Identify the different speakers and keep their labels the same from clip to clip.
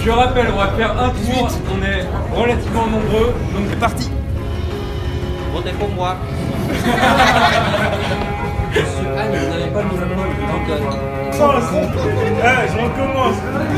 Speaker 1: Je rappelle, on va faire un tour. On est relativement nombreux, donc c'est parti.
Speaker 2: Votez pour moi.
Speaker 3: Monsieur Anne, vous n'avez pas le monopole, donc
Speaker 4: Je recommence.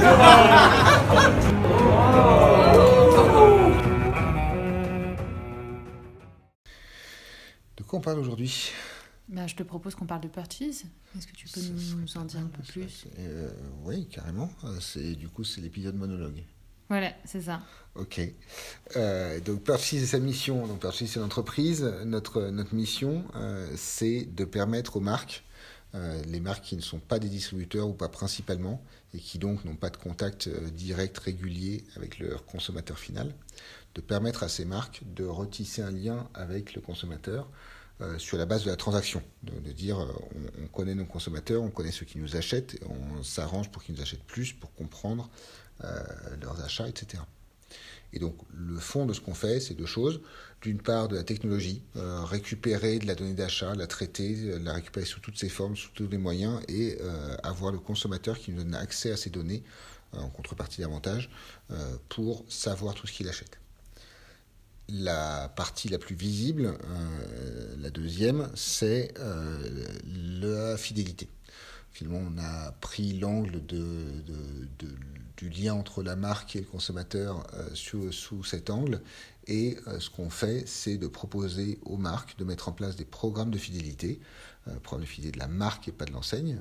Speaker 5: De quoi on parle aujourd'hui ?
Speaker 6: Je te propose qu'on parle de Purchase. Est-ce que tu peux nous en dire un peu plus ?
Speaker 5: Oui, carrément. C'est l'épisode monologue.
Speaker 6: Voilà, c'est ça.
Speaker 5: Ok. Donc Purchase et sa mission. Donc Purchase c'est l'entreprise. Notre mission, c'est de permettre aux marques, les marques qui ne sont pas des distributeurs ou pas principalement, et qui donc n'ont pas de contact direct régulier avec leur consommateur final, de permettre à ces marques de retisser un lien avec le consommateur sur la base de la transaction. De dire, on connaît nos consommateurs, on connaît ceux qui nous achètent, et on s'arrange pour qu'ils nous achètent plus, pour comprendre leurs achats, etc. Et donc, le fond de ce qu'on fait, c'est deux choses. D'une part, de la technologie, récupérer de la donnée d'achat, la traiter, la récupérer sous toutes ses formes, sous tous les moyens, et avoir le consommateur qui nous donne accès à ces données, en contrepartie d'avantages, pour savoir tout ce qu'il achète. La partie la plus visible, la deuxième, c'est la fidélité. Finalement, on a pris l'angle du lien entre la marque et le consommateur sous cet angle. Et ce qu'on fait, c'est de proposer aux marques de mettre en place des programmes de fidélité, programmes de fidélité de la marque et pas de l'enseigne.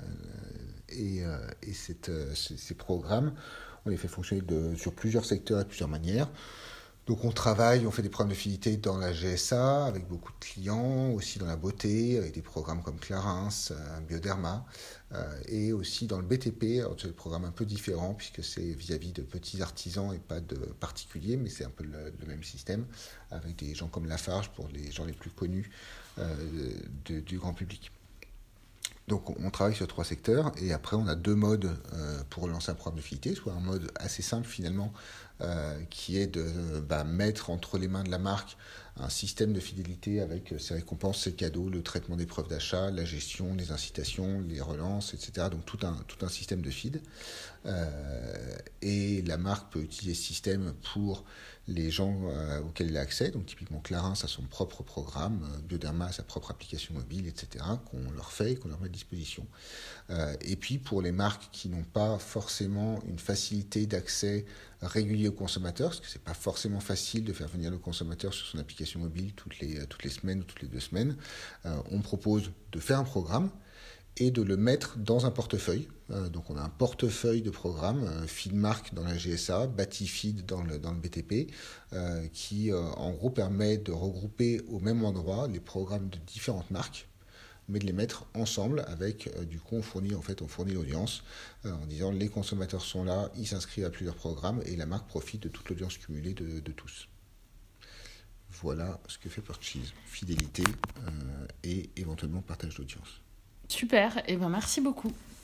Speaker 5: Ces programmes, on les fait fonctionner sur plusieurs secteurs et de plusieurs manières. Donc on fait des programmes de fidélité dans la GSA, avec beaucoup de clients, aussi dans la beauté, avec des programmes comme Clarins, Bioderma, et aussi dans le BTP. Alors c'est des programmes un peu différents, puisque c'est vis-à-vis de petits artisans et pas de particuliers, mais c'est un peu le même système, avec des gens comme Lafarge, pour les gens les plus connus du grand public. Donc on travaille sur 3 secteurs, et après on a 2 modes pour lancer un programme de fidélité, soit un mode assez simple finalement, qui est de mettre entre les mains de la marque un système de fidélité avec ses récompenses, ses cadeaux, le traitement des preuves d'achat, la gestion, les incitations, les relances, etc. Donc tout un système de feed. Et la marque peut utiliser ce système pour les gens auxquels il a accès. Donc typiquement Clarins a son propre programme, Bioderma a sa propre application mobile, etc. qu'on leur fait et qu'on leur met à disposition. Et puis pour les marques qui n'ont pas forcément une facilité d'accès régulier au consommateur, parce que c'est pas forcément facile de faire venir le consommateur sur son application mobile toutes les semaines ou toutes les 2 semaines, on propose de faire un programme et de le mettre dans un portefeuille. Donc on a un portefeuille de programmes, Feedmark dans la GSA, Batifeed dans le BTP, qui en gros permet de regrouper au même endroit les programmes de différentes marques, mais de les mettre ensemble avec, du coup, on fournit l'audience en disant les consommateurs sont là, ils s'inscrivent à plusieurs programmes et la marque profite de toute l'audience cumulée de tous. Voilà ce que fait Purchase, fidélité et éventuellement partage d'audience.
Speaker 6: Super, et merci beaucoup.